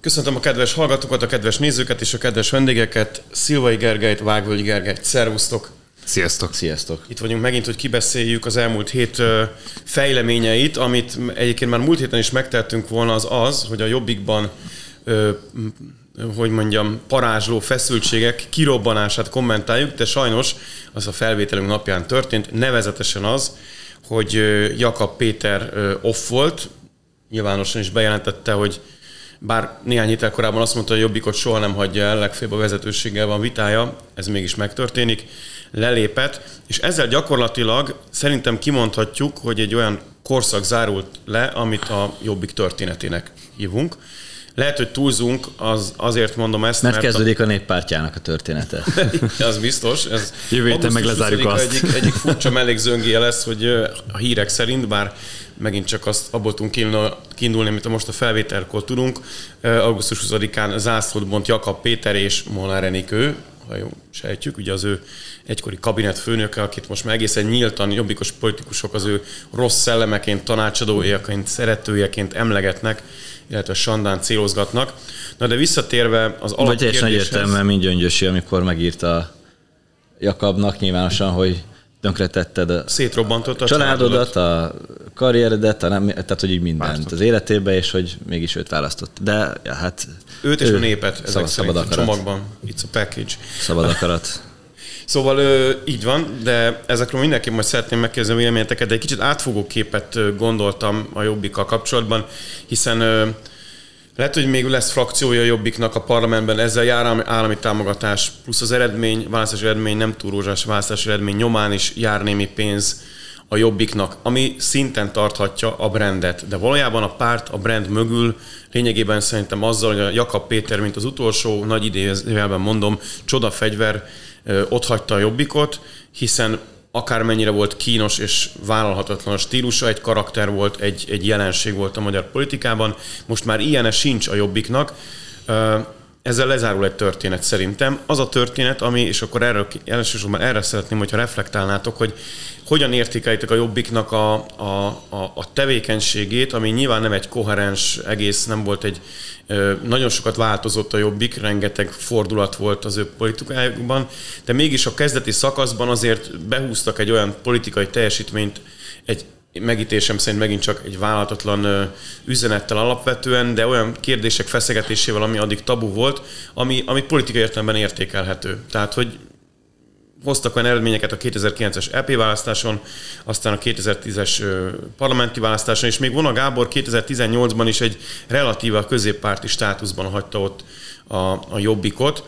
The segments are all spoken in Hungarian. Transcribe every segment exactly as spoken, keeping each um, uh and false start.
Köszöntöm a kedves hallgatókat, a kedves nézőket és a kedves vendégeket. Szilvai Gergelyt, Vágvölgyi Gergelyt. Szervusztok! Sziasztok! Sziasztok! Itt vagyunk megint, hogy kibeszéljük az elmúlt hét fejleményeit, amit egyébként már múlt héten is megtettünk volna, az az, hogy a Jobbikban, hogy mondjam, parázsló feszültségek kirobbanását kommentáljuk, de sajnos az a felvételünk napján történt, nevezetesen az, hogy Jakab Péter off volt, nyilvánosan is bejelentette, hogy bár néhány héttel korábban azt mondta, hogy a Jobbikot soha nem hagyja el, legfőbb a vezetőséggel van vitája, ez mégis megtörténik, lelépett, és ezzel gyakorlatilag szerintem kimondhatjuk, hogy egy olyan korszak zárult le, amit a Jobbik történetének hívunk. Lehet, hogy túlzunk, az, azért mondom ezt, mert... Mert kezdődik a Néppártjának a története. Az biztos. Ez jövő héten meg lezárjuk azt. Egyik, egyik furcsa mellékzöngéje lesz, hogy a hírek szerint, bár megint csak azt abból tudunk kiindulni, amit most a felvételkor tudunk, augusztus huszadikán zászlót bont Jakab Péter és Molnár Enikő, ha jól sejtjük, ugye az ő egykori kabinetfőnöke, akit most már egészen nyíltan jobbikos politikusok az ő rossz szellemeként, tanácsadójaként, szeretőjeként emlegetnek, illetve Sandán célozgatnak. Na de visszatérve az alapkérdéshez... Vagy teljesen egyértelműen mind Gyöngyösi, amikor megírta Jakabnak nyilvánosan, hogy tönkretetted a szétrobbantott a családodat, a karrieredet, a nem, tehát hogy így mindent Pártot. Az életébe, és hogy mégis őt választott. De ja, hát... Őt és ő, a népet ezek szabad szerint a csomagban. It's a package. Szabad akarat. Szóval így van, de ezekről mindenképp majd szeretném megkérdezni a véleményeteket, de egy kicsit átfogó képet gondoltam a Jobbikkal kapcsolatban, hiszen lehet, hogy még lesz frakciója a Jobbiknak a parlamentben, ezzel jár állami támogatás, plusz az eredmény, választási eredmény, nem túl rózsás választási eredmény nyomán is jár némi pénz a Jobbiknak, ami szinten tarthatja a brandet. De valójában a párt a brand mögül lényegében szerintem azzal, hogy a Jakab Péter, mint az utolsó nagy idézőjelben mondom, csodafegyver, ott hagyta a Jobbikot, hiszen akármennyire volt kínos és vállalhatatlan a stílusa, egy karakter volt, egy, egy jelenség volt a magyar politikában, most már ilyene sincs a Jobbiknak. Ezzel lezárul egy történet szerintem. Az a történet, ami, és akkor erről, elsősorban erre szeretném, hogyha reflektálnátok, hogy hogyan értékelitek a Jobbiknak a, a, a, a tevékenységét, ami nyilván nem egy koherens egész, nem volt egy, nagyon sokat változott a Jobbik, rengeteg fordulat volt az ő politikájukban, de mégis a kezdeti szakaszban azért behúztak egy olyan politikai teljesítményt, egy megítésem szerint megint csak egy vállalatlan üzenettel alapvetően, de olyan kérdések feszegetésével, ami addig tabu volt, ami, ami politikai értelemben értékelhető. Tehát, hogy hoztak olyan eredményeket a kétezer-kilences é pé választáson, aztán a kétezer-tízes parlamenti választáson, és még Vona Gábor kétezer-tizennyolcban is egy relatíva középpárti státuszban hagyta ott a, a Jobbikot,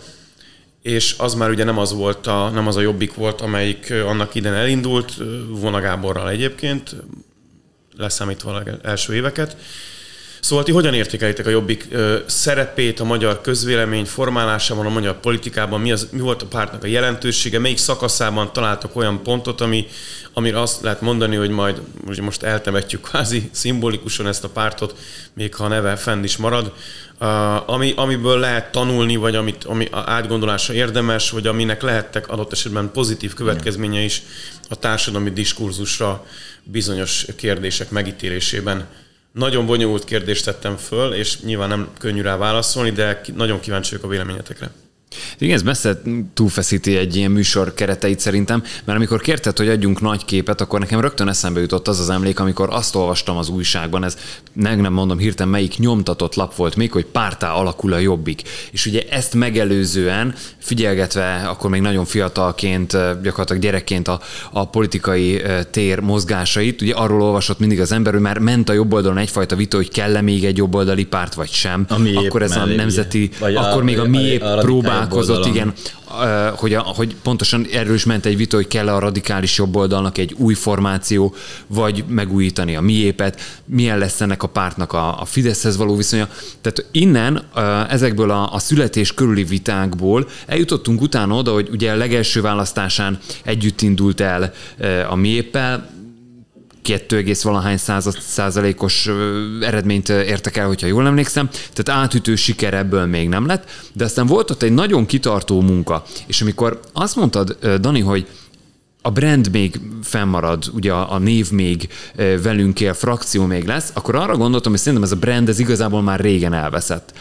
és az már ugye nem az volt a, nem az a Jobbik volt, amelyik annak idején elindult, Vona Gáborral egyébként, leszámítva az első éveket. Szóval ti hogyan értékelitek a Jobbik szerepét a magyar közvélemény formálásában, a magyar politikában? Mi, az, mi volt a pártnak a jelentősége? Melyik szakaszában találtok olyan pontot, ami, amire azt lehet mondani, hogy majd most eltemetjük kvázi szimbolikusan ezt a pártot, még ha a neve fenn is marad, ami, amiből lehet tanulni, vagy amit, ami átgondolásra érdemes, vagy aminek lehettek adott esetben pozitív következménye is a társadalmi diskurzusra bizonyos kérdések megítélésében. Nagyon bonyolult kérdést tettem föl, és nyilván nem könnyű rá válaszolni, de nagyon kíváncsi vagyok a véleményetekre. Igen, ez messze túlfeszíti egy ilyen műsor kereteit szerintem, mert amikor kérted, hogy adjunk nagy képet, akkor nekem rögtön eszembe jutott az az emlék, amikor azt olvastam az újságban, ez meg nem mondom hirtelen melyik nyomtatott lap volt még, hogy párttá alakul a Jobbik. És ugye ezt megelőzően, figyelgetve akkor még nagyon fiatalként, gyakorlatilag gyerekként a, a politikai tér mozgásait, ugye arról olvasott mindig az ember, hogy már ment a jobb oldalon egyfajta vita, hogy kell-e még egy jobboldali párt, vagy sem. Akkor ez a nemzeti, akkor a, még a miép próbál Próbálkozott, igen, hogy, a, hogy pontosan erről is ment egy vita, hogy kell a radikális jobboldalnak egy új formáció, vagy megújítani a miépet, milyen lesz ennek a pártnak a, a Fideszhez való viszonya. Tehát innen, ezekből a, a születés körüli vitákból eljutottunk utána oda, hogy ugye a legelső választásán együtt indult el a miéppel, kettő egész valahány század százalékos eredményt értek el, hogyha jól emlékszem, tehát átütő siker ebből még nem lett, de aztán volt ott egy nagyon kitartó munka, és amikor azt mondtad, Dani, hogy a brand még fennmarad, ugye a, a név még velünk él, frakció még lesz, akkor arra gondoltam, hogy szerintem ez a brand ez igazából már régen elveszett.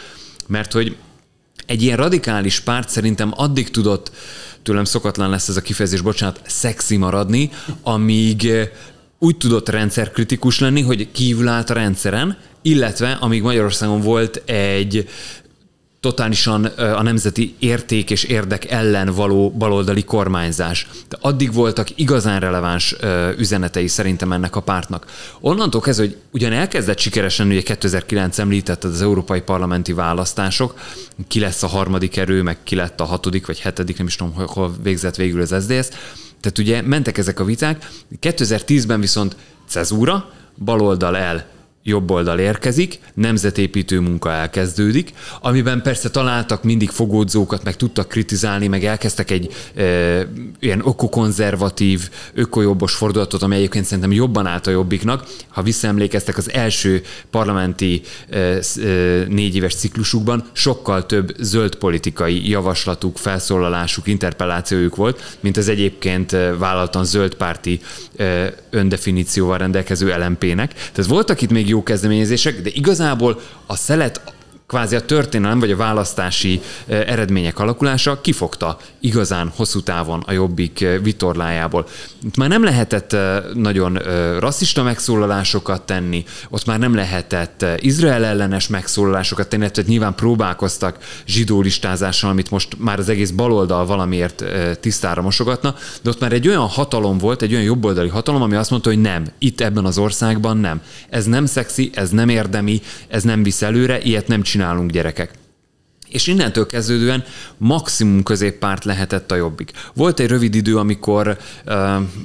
mert hogy egy ilyen radikális párt szerintem addig tudott, tőlem szokatlan lesz ez a kifejezés, bocsánat, szexi maradni, amíg úgy tudott rendszerkritikus lenni, hogy kívül állt a rendszeren, illetve amíg Magyarországon volt egy totálisan a nemzeti érték és érdek ellen való baloldali kormányzás. De addig voltak igazán releváns üzenetei szerintem ennek a pártnak. Onnantól kezdve, hogy ugyan elkezdett sikeresen, ugye kétezer-kilenc említetted az európai parlamenti választások, ki lesz a harmadik erő, meg ki lett a hatodik vagy hetedik, nem is tudom, hol végzett végül az es zé dé es. Tehát ugye mentek ezek a viták. kétezer-tízben viszont cezúra, baloldal el, jobb oldal érkezik, nemzetépítő munka elkezdődik, amiben persze találtak mindig fogódzókat, meg tudtak kritizálni, meg elkezdtek egy e, ilyen ökokonzervatív, ökojobbos fordulatot, ami egyébként szerintem jobban állt a Jobbiknak. Ha visszaemlékeztek, az első parlamenti e, e, négy éves ciklusukban sokkal több zöld politikai javaslatuk, felszólalásuk, interpellációjuk volt, mint az egyébként vállaltan zöldpárti e, öndefinícióval rendelkező el em pé-nek. Tehát voltak itt még jó kezdeményezések, de igazából a szelet, kvázi a történelem vagy a választási eredmények alakulása kifogta igazán hosszú távon a Jobbik vitorlájából. Itt már nem lehetett nagyon rasszista megszólalásokat tenni, ott már nem lehetett Izrael ellenes megszólalásokat tenni, tehát nyilván próbálkoztak zsidólistázással, amit most már az egész baloldal valamiért tisztára mosogatna, de ott már egy olyan hatalom volt, egy olyan jobboldali hatalom, ami azt mondta, hogy nem, itt ebben az országban nem. Ez nem szexi, ez nem érdemi, ez nem visz előre, ilyet nem csinálunk, gyerekek. És innentől kezdődően maximum középpárt lehetett a Jobbik. Volt egy rövid idő, amikor uh,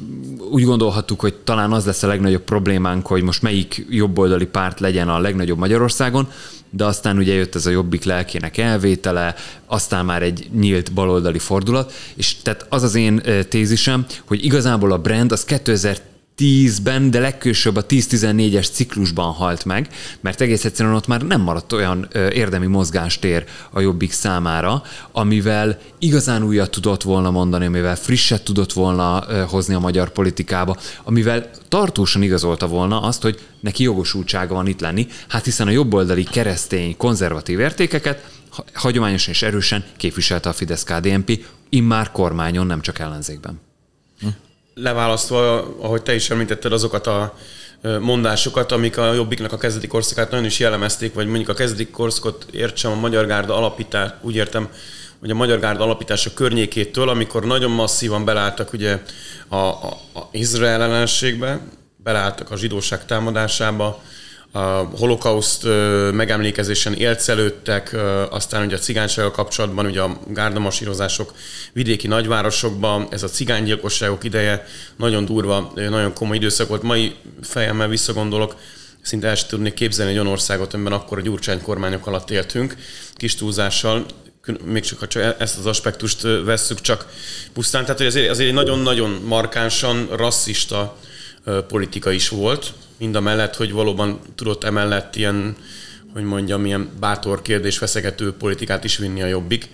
úgy gondolhattuk, hogy talán az lesz a legnagyobb problémánk, hogy most melyik jobboldali párt legyen a legnagyobb Magyarországon, de aztán ugye jött ez a Jobbik lelkének elvétele, aztán már egy nyílt baloldali fordulat, és tehát az az én tézisem, hogy igazából a brand az kétezer-tízben, de legkésőbb a tíz-tizennégyes ciklusban halt meg, mert egész egyszerűen ott már nem maradt olyan érdemi mozgástér a Jobbik számára, amivel igazán újat tudott volna mondani, amivel frisset tudott volna hozni a magyar politikába, amivel tartósan igazolta volna azt, hogy neki jogosultsága van itt lenni, hát hiszen a jobboldali keresztény konzervatív értékeket hagyományosan és erősen képviselte a Fidesz-ká dé en pé, immár kormányon, nem csak ellenzékben. Hm. Leválasztva, ahogy te is említetted, azokat a mondásokat, amik a Jobbiknak a kezdeti korszakát nagyon is jellemezték, vagy mondjuk a kezdeti korszakot értsem a Magyar Gárda alapítás, úgy értem, hogy a Magyar Gárda alapítása környékétől, amikor nagyon masszívan belálltak ugye a, a, a Izrael ellenségbe, belálltak a zsidóság támadásába, a holokauszt megemlékezésen élcelődtek, aztán ugye a cigánysággal kapcsolatban ugye a gárdamasírozások vidéki nagyvárosokban, ez a cigánygyilkosságok ideje nagyon durva, nagyon komoly időszak volt. Mai fejemmel visszagondolok, szinte el sem tudnék képzelni egy olyan országot, amiben akkor a Gyurcsány kormányok alatt éltünk, kis túlzással, még csak ha csak ezt az aspektust vesszük csak pusztán. Tehát azért, azért egy nagyon-nagyon markánsan rasszista politika is volt, mind a mellett, hogy valóban tudott emellett ilyen, hogy mondjam, ilyen bátor kérdés feszegető politikát is vinni a Jobbik.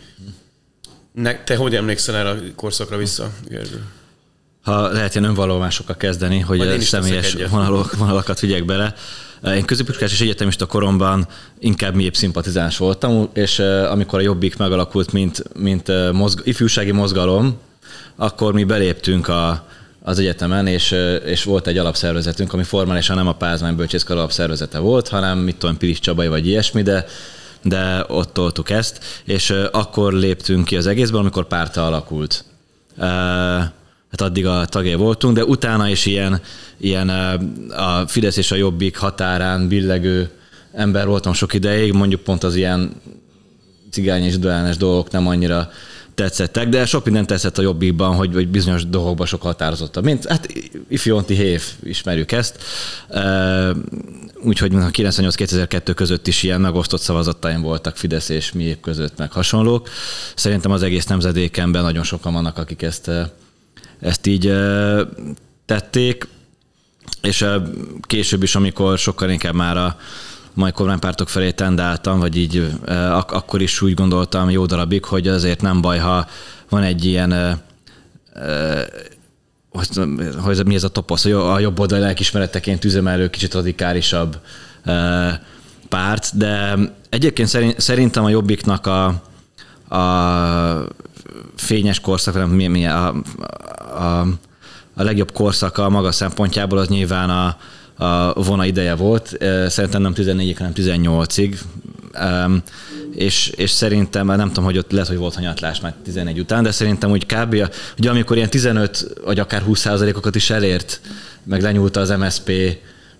Ne, te hogy emlékszel erre a korszakra vissza, Gergő? Ha lehet ilyen önvallomásokkal kezdeni, hogy személyes vonalak, vonalakat vigyek bele. Én középiskolás és egyetemista koromban inkább mélyebb szimpatizáns voltam, és amikor a Jobbik megalakult, mint, mint mozg, ifjúsági mozgalom, akkor mi beléptünk a az egyetemen, és, és volt egy alapszervezetünk, ami formálisan nem a Pázmány Bölcsészkar alapszervezete volt, hanem mit tudom, Pilis Csabai vagy ilyesmi, de, de ott toltuk ezt, és akkor léptünk ki az egészből, amikor párta alakult. Hát addig a tagjai voltunk, de utána is ilyen, ilyen a Fidesz és a Jobbik határán billegő ember voltam sok ideig, mondjuk pont az ilyen cigány és duálás dolgok nem annyira tetszettek, de sok minden tetszett a Jobbikban, hogy, hogy bizonyos dolgokban sok határozottabb. Mint, hát ifjonti hév, ismerjük ezt. Úgyhogy a kilencvennyolc kétezer-kettő között is ilyen megosztott szavazattaim voltak Fidesz és miép között, meg hasonlók. Szerintem az egész nemzedékemben nagyon sokan vannak, akik ezt, ezt így tették, és később is, amikor sokkal inkább már a majd kormánypártok felé tendáltam, vagy így ak- akkor is úgy gondoltam jó darabig, hogy azért nem baj, ha van egy ilyen, e, e, hogy mi ez a toposz, a jobb oldali lelkismereteként üzemelő, kicsit radikálisabb e, párt, de egyébként szerintem a Jobbiknak a, a fényes korszak, nem, mi, mi, a, a, a legjobb korszaka a maga szempontjából az nyilván a, a vona ideje volt. Szerintem nem tizennégyig, hanem tizennyolcig. És, és szerintem, nem tudom, hogy ott lehet, hogy volt hanyatlás már tizenegy után, de szerintem úgy kb. Ugye amikor ilyen tizenöt vagy akár húsz százalékokat is elért, meg lenyúlta az em es zé pé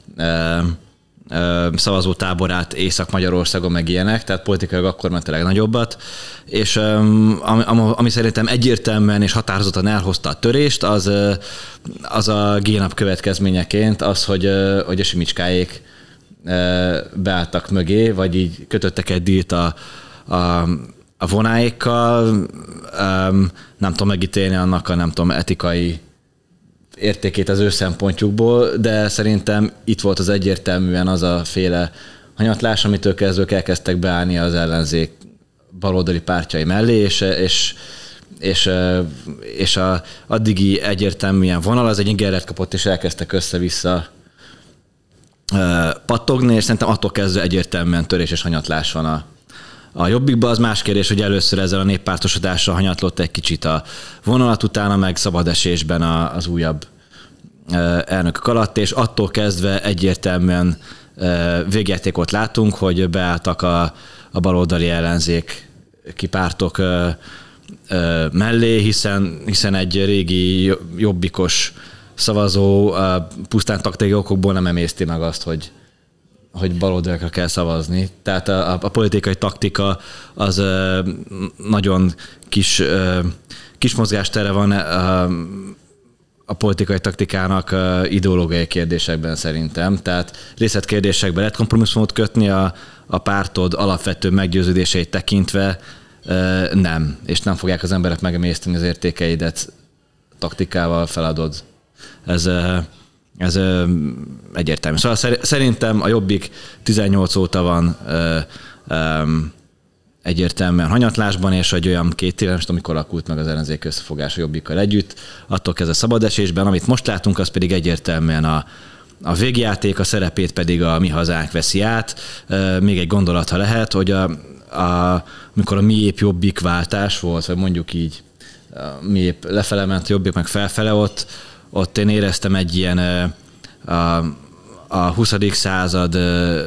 szavazótáborát Észak-Magyarországon, meg ilyenek, tehát politikailag akkor ment a legnagyobbat, és ami, ami szerintem egyértelműen és határozottan elhozta a törést, az, az a G-nap következményeként az, hogy, hogy a Simicskáék beálltak mögé, vagy így kötöttek egy dílt a, a, a vonáékkal, nem tudom megítélni annak a nem tudom etikai értékét az ő szempontjukból, de szerintem itt volt az egyértelműen az a féle hanyatlás, amitől kezdők elkezdtek beállni az ellenzék baloldali pártjai mellé, és, és, és, és a addigi egyértelműen vonal, az egy ingeret kapott, és elkezdtek össze-vissza pattogni, és szerintem attól kezdve egyértelműen törés és hanyatlás van a, a Jobbikban. Az más kérdés, hogy először ezzel a néppártosodással hanyatlott egy kicsit a vonalat, utána meg szabad esésben az újabb elnökök alatt, és attól kezdve egyértelműen végjátékot látunk, hogy beálltak a, a baloldali ellenzék kipártok mellé, hiszen, hiszen egy régi jobbikos szavazó pusztán taktikai okokból nem emészti meg azt, hogy, hogy baloldalakra kell szavazni. Tehát a, a politikai taktika az nagyon kis, kis mozgástere van a, a politikai taktikának ideológiai kérdésekben szerintem. Tehát részletkérdésekben lehet kompromisszumot kötni, a, a pártod alapvető meggyőződéseit tekintve nem. És nem fogják az emberek megemészteni az értékeidet taktikával feladod. Ez, ez egyértelmű. Szóval szerintem a Jobbik tizennyolc óta van egyértelműen hanyatlásban, és egy olyan két éve, most amikor alakult meg az ellenzék összefogás a Jobbikkal együtt, attól kezdve szabadesésben, amit most látunk, az pedig egyértelműen a, a végjáték, a szerepét pedig a Mi Hazánk veszi át. Még egy gondolat, ha lehet, hogy a, a, amikor a Miépp Jobbik váltás volt, vagy mondjuk így, a Miépp lefele ment, Jobbik meg felfele, ott, ott én éreztem egy ilyen a, a huszadik század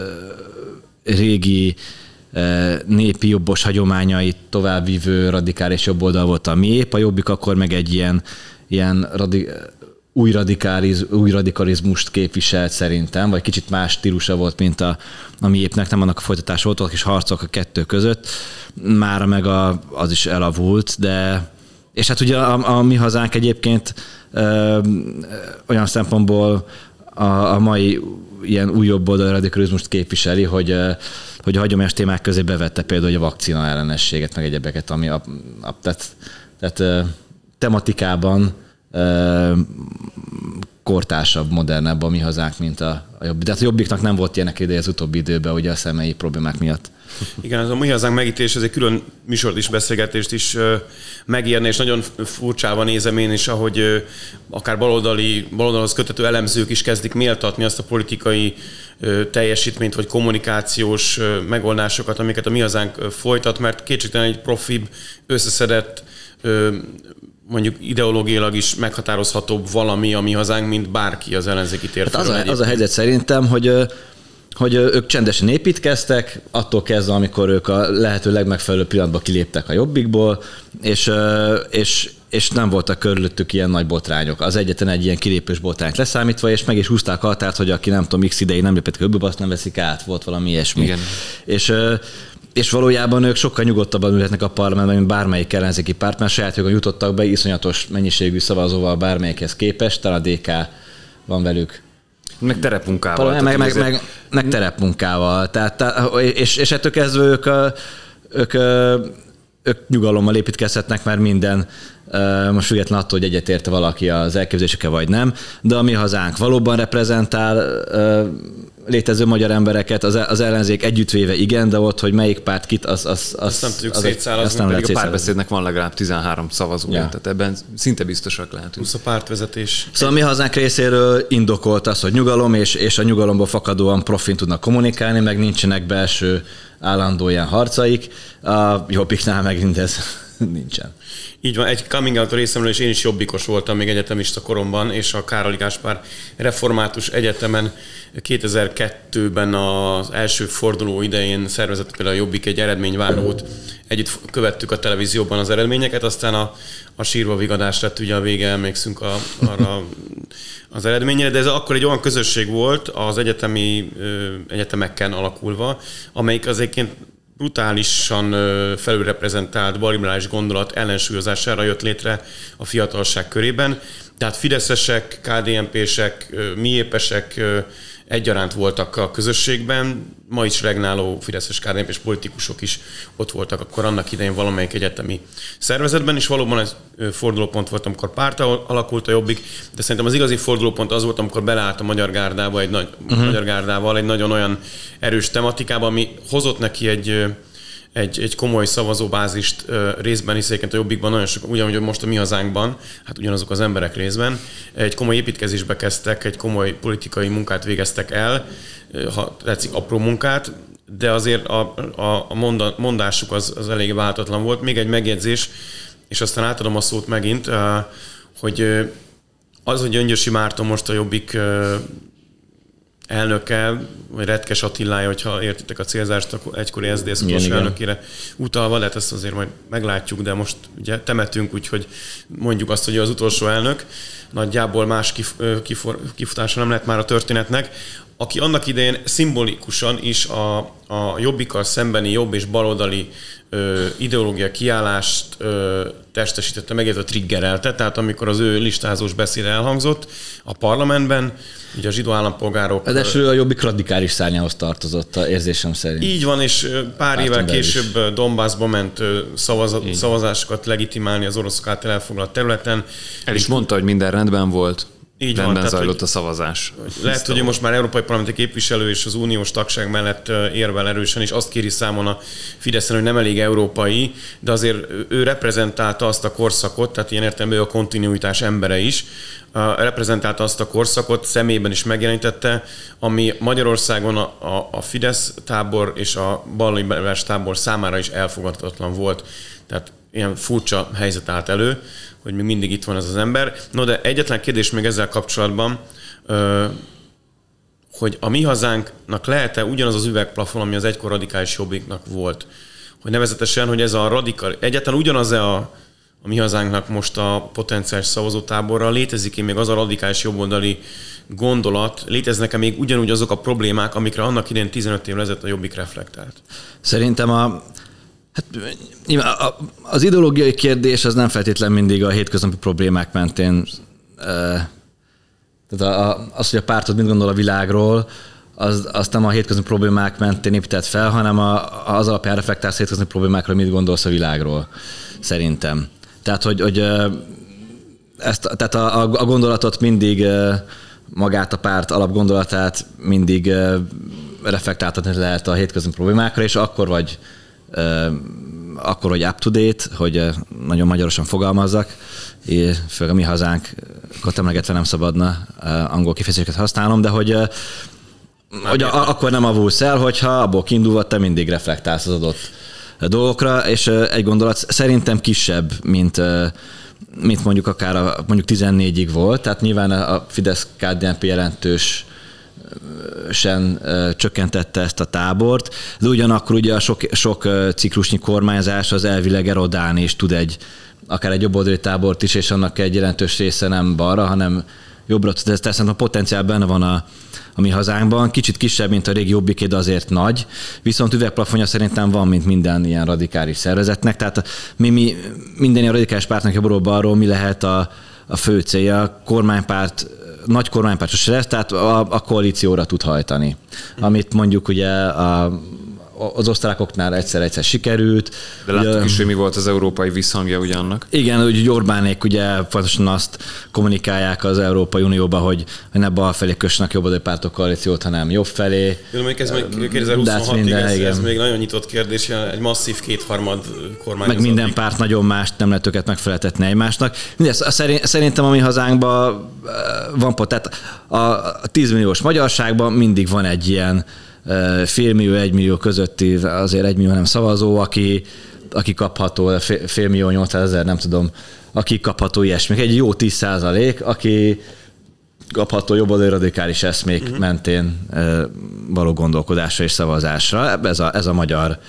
régi népi jobbos hagyományait továbbvívő radikális jobboldal volt a Miépp, a Jobbik akkor meg egy ilyen, ilyen radi, új, radikaliz, új radikalizmust képviselt szerintem, vagy kicsit más stílusa volt, mint a, a Miéppnek, nem annak a folytatás volt, voltak is harcok a kettő között, mára meg a, az is elavult, de és hát ugye a, a Mi Hazánk egyébként ö, olyan szempontból a, a mai ilyen új jobboldali radikalizmust képviseli, hogy, hogy a hagyományos témák közé bevette például a vakcina ellenességet, meg egyebeket, ami a, a, tehát, tehát tematikában kortársabb, modernebb a Mi Hazánk, mint a, a Jobbik. De hát a Jobbiknak nem volt ilyenek ideje az utóbbi időben, ugye a személyi problémák miatt. Igen, az a Mi Hazánk megítélés, ez egy külön műsort is, beszélgetést is megírni, és nagyon furcsában nézem én is, ahogy akár baloldali, baloldalhoz kötető elemzők is kezdik méltatni azt a politikai teljesítményt, vagy kommunikációs megoldásokat, amiket a Mi Hazánk folytat, mert kétségtelen egy profibb, összeszedett, mondjuk ideológiailag is meghatározhatóbb valami a Mi Hazánk, mint bárki az ellenzéki térfelől. Hát az, a, az a helyzet szerintem, hogy hogy ők csendesen építkeztek, attól kezdve, amikor ők a lehető legmegfelelőbb pillanatban kiléptek a Jobbikból, és, és, és nem voltak körülöttük ilyen nagy botrányok. Az egyetlen egy ilyen kilépős botrányt leszámítva, és meg is húzták a határt, hogy aki nem tudom, x ideig nem lépett ki a Jobbikba, azt nem veszik át, volt valami ilyesmi. Igen. És, és valójában ők sokkal nyugodtabban ülhetnek a parlamentben, mint bármelyik ellenzéki párt, mert saját jogon jutottak be iszonyatos mennyiségű szavazóval bármelyikhez képest, talán a dé ká van velük. Meg terepmunkával. Meg, meg, meg, meg, meg terepmunkával. Tehát, és, és ettől kezdve ők, ők, ők nyugalommal építkezhetnek, mert minden, most független attól, hogy egyetérte valaki az elképzelésekkel vagy nem, de a Mi Hazánk valóban reprezentál létező magyar embereket, az, az ellenzék együttvéve igen, de ott, hogy melyik párt kit, az, az, az, azt nem tudjuk az, szétszálazni, pedig a Párbeszédnek van legalább tizenhárom szavazója, ja. Tehát ebben szinte biztosak lehetünk. Plusz a pártvezetés. Szóval a Mi Hazánk részéről indokolt az, hogy nyugalom, és, és a nyugalomból fakadóan profin tudnak kommunikálni, meg nincsenek belső állandó ilyen harcaik. A Jobbiknál megint ez nincsen. Így van, egy coming out részemről, és én is jobbikos voltam még egyetemista koromban, és a Károly Gáspár Református Egyetemen kétezer-kettőben az első forduló idején szervezett például a Jobbik egy eredményvárót, együtt követtük a televízióban az eredményeket, aztán a, a sírva vigadás lett ugye a vége, emlékszünk a, arra az eredményre, de ez akkor egy olyan közösség volt az egyetemi ö, egyetemeken alakulva, amelyik az egyébként brutálisan felülreprezentált balliberális gondolat ellensúlyozására jött létre a fiatalság körében. Tehát fideszesek, ká dé en pések, miépesek egyaránt voltak a közösségben, ma is regnáló fideszes ká dé en pés politikusok is ott voltak akkor annak idején valamelyik egyetemi szervezetben, és valóban ez fordulópont volt, amikor párt alakult a Jobbik, de szerintem az igazi fordulópont az volt, amikor beleállt a Magyar Gárdába, egy nagy, uh-huh. Magyar Gárdával egy nagyon olyan erős tematikába, ami hozott neki egy Egy, egy komoly szavazóbázist részben, hisz egyébként a Jobbikban nagyon sok, ugyanúgy most a Mi Hazánkban, hát ugyanazok az emberek részben, egy komoly építkezésbe kezdtek, egy komoly politikai munkát végeztek el, ha tetszik apró munkát, de azért a, a, a mondásuk az, az elég váltatlan volt. Még egy megjegyzés, és aztán átadom a szót megint, hogy az, hogy Gyöngyösi Márton most a Jobbik elnöke, vagy Retkes Attilája, hogyha értitek a célzást, akkor egykori es zé dé es utolsó elnökére utalva, lehet ezt azért majd meglátjuk, de most ugye temetünk, úgyhogy mondjuk azt, hogy az utolsó elnök, nagyjából más kif, kifor, kifutása nem lett már a történetnek, aki annak idején szimbolikusan is a, a Jobbikkal szembeni jobb és baloldali ö, ideológia kiállást ö, testesítette meg, ez a triggerelte, tehát amikor az ő listázós beszéd elhangzott a parlamentben, ugye a zsidó állampolgárok... Ráadásul a Jobbik radikális szárnyához tartozott a érzésem szerint. Így van, és pár évvel később Donbassba ment szavaz, szavazásokat legitimálni az oroszok által elfoglalt területen. El is mondta, hogy minden rendben volt. Így rendben van, zajlott tehát, a szavazás. Lehet, hogy most már európai parlamenti képviselő és az uniós tagság mellett érvel erősen, és azt kéri számon a Fideszen, hogy nem elég európai, de azért ő reprezentálta azt a korszakot, tehát ilyen értelemben a kontinuitás embere is, reprezentálta azt a korszakot, személyben is megjelenítette, ami Magyarországon a, a, a Fidesz tábor és a balliberális tábor számára is elfogadhatatlan volt. Tehát ilyen furcsa helyzet állt elő, hogy még mindig itt van ez az ember. No, de egyetlen kérdés még ezzel kapcsolatban, hogy a Mi Hazánknak lehet-e ugyanaz az üvegplafon, ami az egykor radikális Jobbiknak volt? Hogy nevezetesen, hogy ez a radikál, egyáltalán ugyanaz-e a, a Mi Hazánknak most a potenciális szavazótáborra, létezik-e még az a radikális jobboldali gondolat, léteznek-e még ugyanúgy azok a problémák, amikre annak idején tizenöt évvel ezelőtt a Jobbik reflektált? Szerintem a Hát, az ideológiai kérdés az nem feltétlen mindig a hétköznapi problémák mentén. Tehát az, hogy a pártod mit gondol a világról, az, az nem a hétköznapi problémák mentén épített fel, hanem a, az alapján reflektálsz a hétköznapi problémákra, mit gondolsz a világról, szerintem. Tehát, hogy, hogy ezt, tehát a, a gondolatot mindig, magát a párt alapgondolatát mindig reflektáltatni lehet a hétköznapi problémákra, és akkor vagy akkor, hogy up-to-date, hogy nagyon magyarosan fogalmazzak, és főleg a Mi Hazánkat emlegetve nem szabadna angol kifejezéseket használnom, de hogy, hogy a, akkor nem avulsz el, hogyha abból kiindulva te mindig reflektálsz az adott dolgokra, és egy gondolat szerintem kisebb, mint, mint mondjuk akár a, mondjuk tizennégyig volt, tehát nyilván a Fidesz-ká dé en pé jelentős sen csökkentette ezt a tábort, de ugyanakkor ugye a sok, sok ciklusnyi kormányzás az elvileg erodálni is tud egy, akár egy jobboldali tábort is, és annak egy jelentős része nem balra, hanem jobbra tud. Ez szerintem a potenciál benne van a, a Mi Hazánkban. Kicsit kisebb, mint a régi Jobbiké, de azért nagy. Viszont üvegplafonja szerintem van, mint minden ilyen radikális szervezetnek. Tehát mi, mi minden ilyen radikális pártnak jobbról-balról mi lehet a, a fő célja? A kormánypárt nagy kormánypártos lesz, tehát a, a koalícióra tud hajtani. Amit mondjuk ugye a az osztrákoknál egyszer-egyszer sikerült. De láttuk ugye, is, hogy mi volt az európai visszhangja ugyannak. Igen, úgy Orbánék ugye pontosan azt kommunikálják az Európai Unióban, hogy ne bal felé kössenek jobboldali pártok koalíciót, hanem jobb felé. Jó, még ez még kétezer-huszonhatig, ez, ez még nagyon nyitott kérdés, egy masszív kétharmad kormány. Meg minden párt nagyon más, nem lehet őket megfeleltetni egymásnak. Mindez, szerintem a mi hazánkban van pont, tehát a tízmilliós magyarságban mindig van egy ilyen félmillió, egymillió közötti, azért egymillió nem szavazó, aki, aki kapható, félmillió, nyolcszázezer, nem tudom, aki kapható ilyesmik. Egy jó tíz százalék, aki kapható jobboldali radikális eszmék uh-huh. mentén való gondolkodásra és szavazásra. Ez a, ez a magyar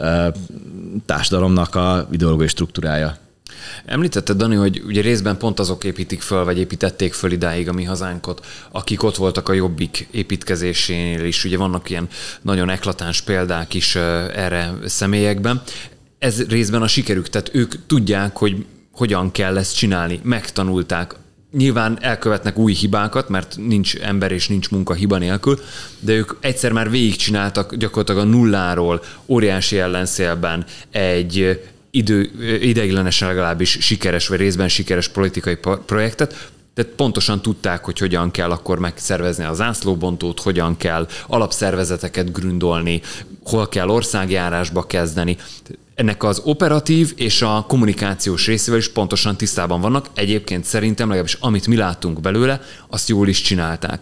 társadalomnak a ideológiai struktúrája. Említetted, Dani, hogy ugye részben pont azok építik föl, vagy építették föl idáig a mi hazánkot, akik ott voltak a Jobbik építkezésénél is. Ugye vannak ilyen nagyon eklatáns példák is erre személyekben. Ez részben a sikerük, tehát ők tudják, hogy hogyan kell ezt csinálni, megtanulták. Nyilván elkövetnek új hibákat, mert nincs ember és nincs munka hiba nélkül, de ők egyszer már végigcsináltak gyakorlatilag a nulláról, óriási ellenszélben egy idő, ideiglenesen legalábbis sikeres, vagy részben sikeres politikai projektet, tehát pontosan tudták, hogy hogyan kell akkor megszervezni a zászlóbontót, hogyan kell alapszervezeteket gründolni, hol kell országjárásba kezdeni. Ennek az operatív és a kommunikációs részével is pontosan tisztában vannak. Egyébként szerintem legalábbis amit mi láttunk belőle, azt jól is csinálták.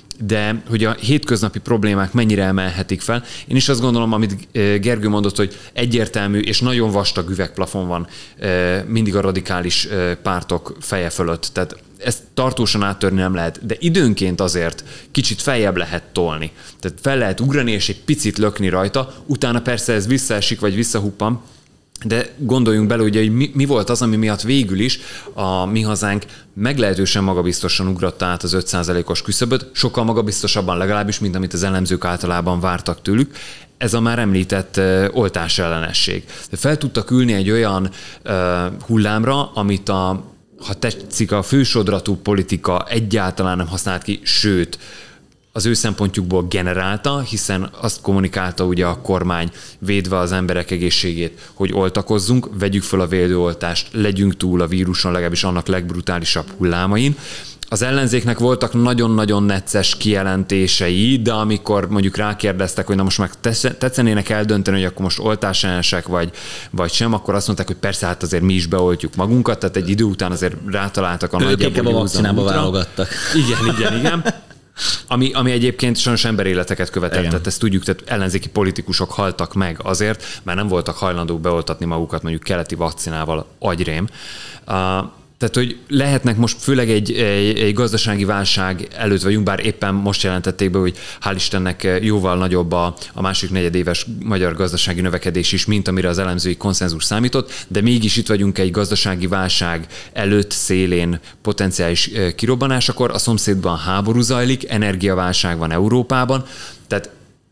De hogy a hétköznapi problémák mennyire emelhetik fel, én is azt gondolom, amit Gergő mondott, hogy egyértelmű és nagyon vastag üvegplafon van mindig a radikális pártok feje fölött. Tehát ezt tartósan áttörni nem lehet, de időnként azért kicsit feljebb lehet tolni. Tehát fel lehet ugrani és egy picit lökni rajta, utána persze ez visszaesik vagy visszahuppan, de gondoljunk bele, ugye, hogy mi, mi volt az, ami miatt végül is a mi hazánk meglehetősen magabiztosan ugratta át az öt százalékos küszöböt, sokkal magabiztosabban legalábbis, mint amit az elemzők általában vártak tőlük. Ez a már említett uh, oltás ellenesség. De fel tudtak ülni egy olyan uh, hullámra, amit a, ha tetszik, a fősodratú politika egyáltalán nem használt ki, sőt, az ő szempontjukból generálta, hiszen azt kommunikálta ugye a kormány védve az emberek egészségét, hogy oltakozzunk, vegyük fel a védőoltást, legyünk túl a víruson, legalábbis annak legbrutálisabb hullámain. Az ellenzéknek voltak nagyon-nagyon necces kijelentései, de amikor mondjuk rákérdeztek, hogy na most meg tetszenének eldönteni, hogy akkor most oltásellenesek vagy, vagy sem, akkor azt mondták, hogy persze, hát azért mi is beoltjuk magunkat, tehát egy idő után azért rátaláltak a nagyjából a vakcinába válogattak. Igen, igen, igen. Ami, ami egyébként sajnos emberéleteket követett, igen. Tehát ezt tudjuk, tehát ellenzéki politikusok haltak meg azért, mert nem voltak hajlandók beoltatni magukat mondjuk keleti vakcinával, agyrém. Uh, Tehát, hogy lehetnek most főleg egy, egy, egy gazdasági válság előtt vagyunk, bár éppen most jelentették be, hogy hál' Istennek jóval nagyobb a, a másik negyedéves magyar gazdasági növekedés is, mint amire az elemzői konszenzus számított, de mégis itt vagyunk egy gazdasági válság előtt, szélén, potenciális kirobbanásakor, a szomszédban háború zajlik, energiaválság van Európában, tehát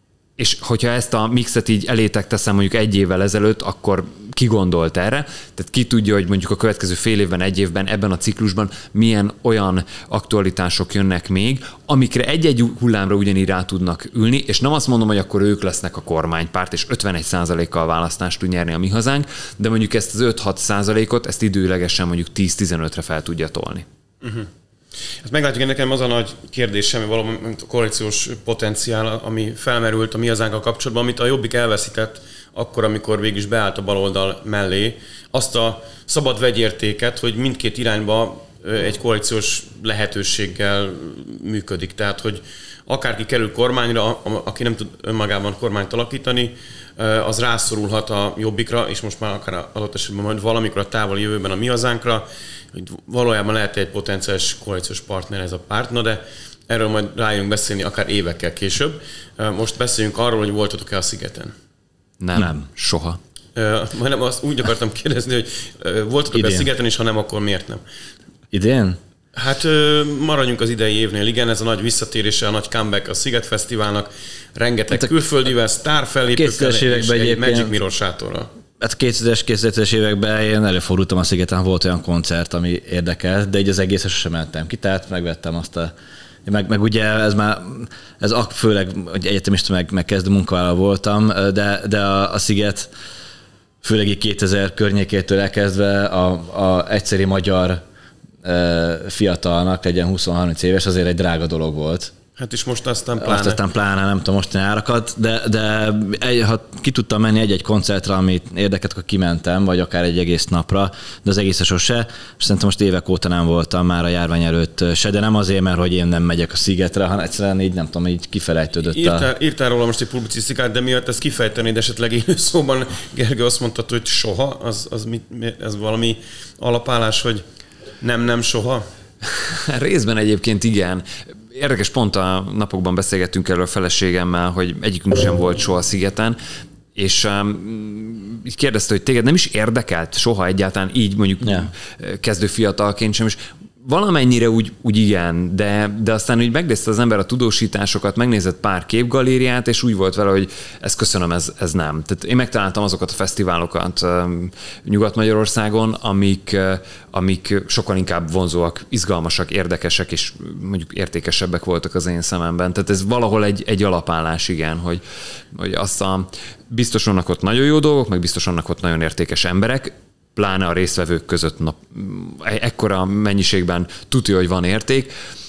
és hogyha ezt a mixet így elétek teszem mondjuk egy évvel ezelőtt, akkor ki gondolt erre? Tehát ki tudja, hogy mondjuk a következő fél évben, egy évben, ebben a ciklusban milyen olyan aktualitások jönnek még, amikre egy-egy hullámra ugyanígy rá tudnak ülni, és nem azt mondom, hogy akkor ők lesznek a kormánypárt, és ötvenegy százalékkal választást tud nyerni a mi hazánk, de mondjuk ezt az öt-hat százalékot, ezt időlegesen mondjuk tíz-tizenötre fel tudja tolni. Uh-huh. Hát meglátjuk, nekem az a nagy kérdésem, hogy valami a koalíciós potenciál, ami felmerült a mi hazánkkal kapcsolatban, amit a Jobbik elveszített akkor, amikor végül is beállt a baloldal mellé, azt a szabad vegyértéket, hogy mindkét irányba egy koalíciós lehetőséggel működik. Tehát, hogy akárki kerül kormányra, aki nem tud önmagában kormányt alakítani, az rászorulhat a Jobbikra, és most már akár adott esetben majd valamikor a távoli jövőben a mi hazánkra, hogy valójában lehet egy potenciális koalíciós partner ez a párt, na de erről majd rájönünk beszélni akár évekkel később. Most beszéljünk arról, hogy voltatok-e a Szigeten? Nem, nem. Soha. Uh, nem, azt úgy akartam kérdezni, hogy uh, voltatok-e a Szigeten, és ha nem, akkor miért nem? Idén? Hát uh, maradjunk az idei évnél, igen, ez a nagy visszatérése, a nagy comeback a Sziget Fesztiválnak, rengeteg hát külföldivel, sztár fellépőkkel és egy Magic Mirror sátorral. Hát kétezres, kétezres években én előfordultam a Szigeten, volt olyan koncert, ami érdekelt, de így az egészet sem mentem ki, tehát megvettem azt a meg, meg ugye ez már, ez főleg, hogy egyetemista meg, meg kezdő munkavállaló voltam, de, de a, a Sziget főleg így kétezer környékétől elkezdve a, a egyszeri magyar fiatalnak, legyen húsz-harminc éves, azért egy drága dolog volt. Hát is most aztán pláne. Azt aztán pláne, nem tudom mostani árakat, de, de egy, ha ki tudtam menni egy-egy koncertre, amit érdekelt, akkor kimentem, vagy akár egy egész napra, de az egész sose, és szerintem most évek óta nem voltam már a járvány előtt se, de nem azért, mert hogy én nem megyek a Szigetre, hanem egyszerűen így nem tudom, így kifelejtődött. Írtál, a... írtál róla most egy publicisztikát, de miatt ezt kifejtenéd esetleg élő szóban, Gergő azt mondta, hogy soha, az, az mit, ez valami alapállás, hogy nem, nem soha? Részben egyébként igen. Érdekes, pont a napokban beszélgettünk erről a feleségemmel, hogy egyikünk sem volt soha Szigeten, és um, így kérdezte, hogy téged nem is érdekelt soha egyáltalán így mondjuk yeah. kezdő fiatalként sem, és valamennyire úgy, úgy igen, de, de aztán úgy megnézte az ember a tudósításokat, megnézett pár képgalériát, és úgy volt vele, hogy ezt köszönöm, ez, ez nem. Tehát én megtaláltam azokat a fesztiválokat um, Nyugat-Magyarországon, amik, uh, amik sokkal inkább vonzóak, izgalmasak, érdekesek, és mondjuk értékesebbek voltak az én szememben. Tehát ez valahol egy, egy alapállás, igen, hogy, hogy azt a, biztos vannak ott nagyon jó dolgok, meg biztos vannak ott nagyon értékes emberek, pláne a résztvevők között nap, ekkora mennyiségben tudja, hogy van érték,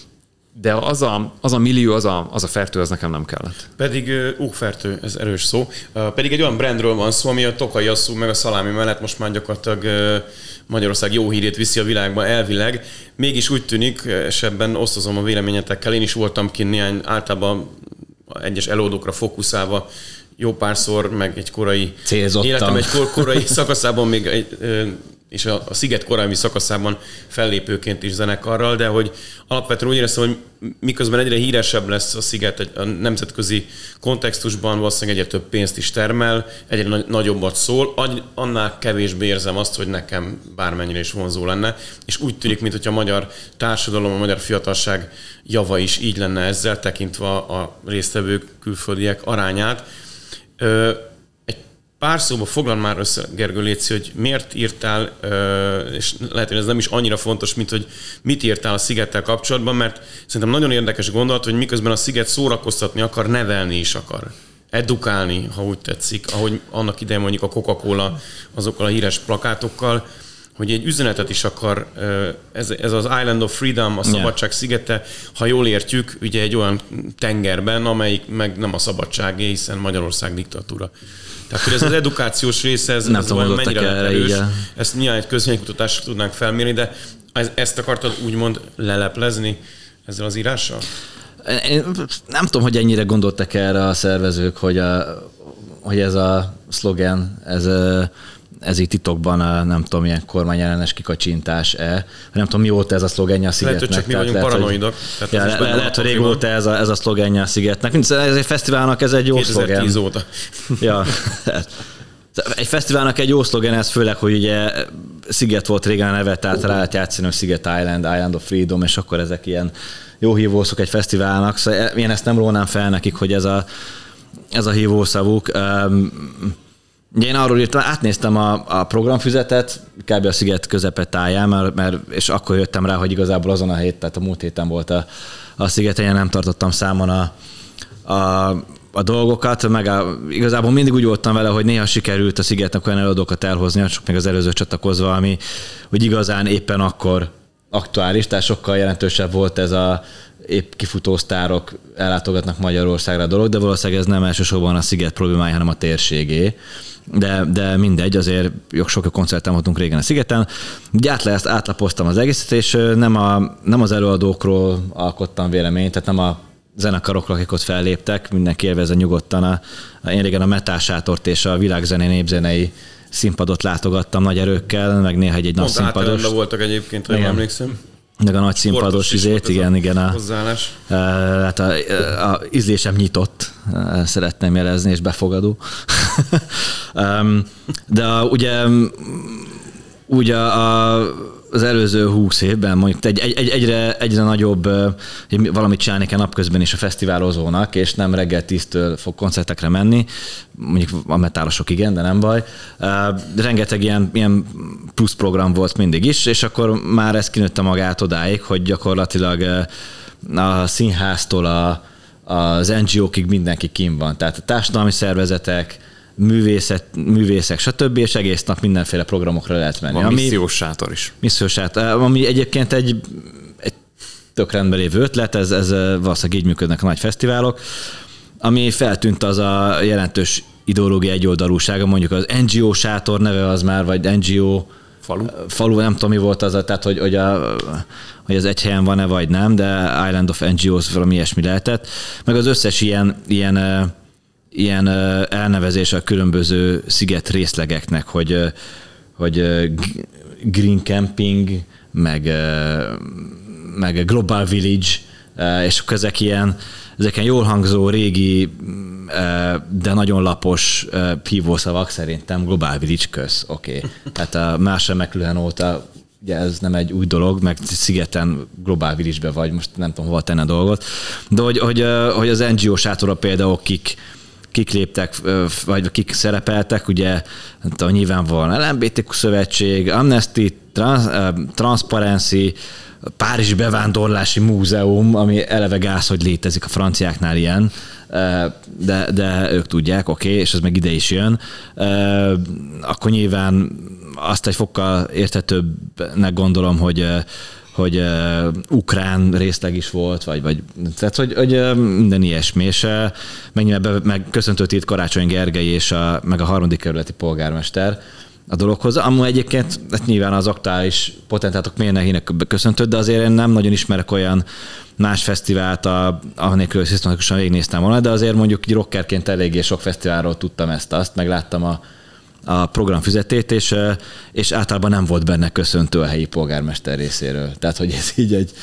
de az a, az a millió, az a, az a fertő, az nekem nem kellett. Pedig uh, fertő, ez erős szó. Uh, pedig egy olyan brandről van szó, ami a Tokai Asszú meg a szalámi mellett most már gyakorlatilag uh, Magyarország jó hírét viszi a világban elvileg. Mégis úgy tűnik, és ebben osztozom a véleményetekkel, én is voltam kint néhány általában egyes előadókra fókuszálva, jó párszor, meg egy korai célzottan. Életem egy kor, korai szakaszában, még egy, és a, a Sziget korai szakaszában fellépőként is zenekarral, de hogy alapvetően úgy éreztem, hogy miközben egyre híresebb lesz a Sziget egy, a nemzetközi kontextusban, valószínűleg egyre több pénzt is termel, egyre nagy, nagyobbat szól, annál kevésbé érzem azt, hogy nekem bármennyire is vonzó lenne, és úgy tűnik, mintha a magyar társadalom, a magyar fiatalság java is így lenne ezzel, tekintve a résztvevők, külföldiek arányát. Ö, egy pár szóba foglal már össze, Gergő, létszi, hogy miért írtál, ö, és lehet, hogy ez nem is annyira fontos, mint hogy mit írtál a Szigettel kapcsolatban, mert szerintem nagyon érdekes gondolat, hogy miközben a Sziget szórakoztatni akar, nevelni is akar. Edukálni, ha úgy tetszik, ahogy annak idején mondjuk a Coca-Cola azokkal a híres plakátokkal, hogy egy üzenetet is akar, ez, ez az Island of Freedom, a szabadság szigete, ha jól értjük, ugye egy olyan tengerben, amelyik meg nem a szabadságé, hiszen Magyarország diktatúra. Tehát, hogy ez az edukációs része, ez, ez mennyire lehet erős. Ezt nyilván egy közvéleménykutatásra tudnánk felmérni, de ezt akartad úgymond leleplezni ezzel az írással? Én nem tudom, hogy ennyire gondoltak erre a szervezők, hogy, a, hogy ez a szlogen, ez ez így titokban a, nem tudom, ilyen kormányellenes kikacsintás-e. Nem tudom, mióta ez a szlogenje a Szigetnek. Lehet, hogy csak mi vagyunk paranoidok. Ja, le, le, lehet, hogy régóta ez a, ez a szlogenje a Szigetnek. Ez egy fesztiválnak ez egy jó szlogen. kétezer-tíz óta. Ja. Egy fesztiválnak egy jó szlogen, ez főleg, hogy ugye Sziget volt régen a neve, tehát rá lehet játszani, hogy Sziget Island, Island of Freedom, és akkor ezek ilyen jó hívószok egy fesztiválnak. Szóval én ezt nem rólnám fel nekik, hogy ez a, ez a hívószavuk. Ugye én arról írtam, átnéztem a, a programfüzetet, kb. A Sziget közepetáján, mert, mert, és akkor jöttem rá, hogy igazából azon a hét, tehát a múlt héten volt a, a Szigeten, én nem tartottam számon a, a, a dolgokat, meg a, igazából mindig úgy voltam vele, hogy néha sikerült a Szigetnek olyan előadókat elhozni, csak még az előző csatlakozva, ami hogy igazán éppen akkor aktuális, tehát sokkal jelentősebb volt ez a épp kifutó sztárok ellátogatnak Magyarországra a dolog, de valószínűleg ez nem elsősorban a Sziget problémája, hanem a térségé. De, de mindegy, azért sok koncerten voltunk régen a Szigeten. Ugye át, átlapoztam az egészet, és nem, a, nem az előadókról alkottam véleményt, tehát nem a zenekarokról, akik ott felléptek, mindenki élvezze nyugodtan. A, én régen a Metal Sátort és a világzené népzenei színpadot látogattam nagy erőkkel, meg néha egy, egy nagy színpados. Pont voltak egyébként, ha jól emlékszem. Meg a nagy színpados izét, igen, igen. A, hát a, a, a ízlésem nyitott, szeretném jelezni, és befogadó. De a, ugye, ugye a, az előző húsz évben mondjuk egy, egy, egyre, egyre nagyobb, valamit csinálni kell napközben is a fesztiválozónak, és nem reggel tíztől fog koncertekre menni, mondjuk a metálosok igen, de nem baj. Rengeteg ilyen, ilyen plusz program volt mindig is, és akkor már ez kinőtte magát odáig, hogy gyakorlatilag a színháztól a, az en gé ó-kig mindenki kim van. Tehát a társadalmi szervezetek, művészet, művészek, stb. És egész nap mindenféle programokra lehet menni. Van missziós sátor is. Missziós sátor, ami egyébként egy, egy tök rendben lévő ötlet, ez, ez valószínűleg így működnek a nagy fesztiválok. Ami feltűnt, az a jelentős ideológia egyoldalúsága, mondjuk az en gé ó sátor neve az már, vagy en gé ó falu, falu nem tudom mi volt az, tehát hogy, hogy, a, hogy az egy helyen van-e vagy nem, de Island of en gé ó-s valami ilyesmi lehetett. Meg az összes ilyen, ilyen, ilyen elnevezés a különböző sziget részlegeknek, hogy, hogy Green Camping, meg, meg Global Village, és ezek ilyen, ezeken jól hangzó, régi, de nagyon lapos hívószavak szerintem. Global Village, kösz, oké. Okay. Tehát a Marshall McLuhan óta ugye ez nem egy új dolog, meg szigeten Global Village-be vagy, most nem tudom hova tenni a dolgot. De hogy, hogy, hogy az en gé ó sátorra például kik, kik léptek, vagy kik szerepeltek, ugye nyilvánvalóan el em bé té kú szövetség, Amnesty, Trans, Transparency, Párizsi Bevándorlási Múzeum, ami eleve gáz, hogy létezik a franciáknál ilyen, de, de ők tudják, oké, okay, és ez meg ide is jön. Akkor nyilván azt egy fokkal érthetőbbnek gondolom, hogy hogy uh, ukrán részleg is volt, vagy, vagy tehát, hogy, hogy uh, minden ilyesmi, és uh, meg, meg köszöntött itt Karácsony Gergely és a, meg a harmadik kerületi polgármester a dologhoz. Amúgy egyébként hát nyilván az aktuális potentátok mérnökének köszöntött, de azért én nem nagyon ismerek olyan más fesztivált, ahanélkül szisztematikusan végignéztem volna, de azért mondjuk rockerként eléggé sok fesztiválról tudtam ezt-azt, meg láttam a a programfüzetét, és, és általában nem volt benne köszöntő a helyi polgármester részéről. Tehát, hogy ez így egy...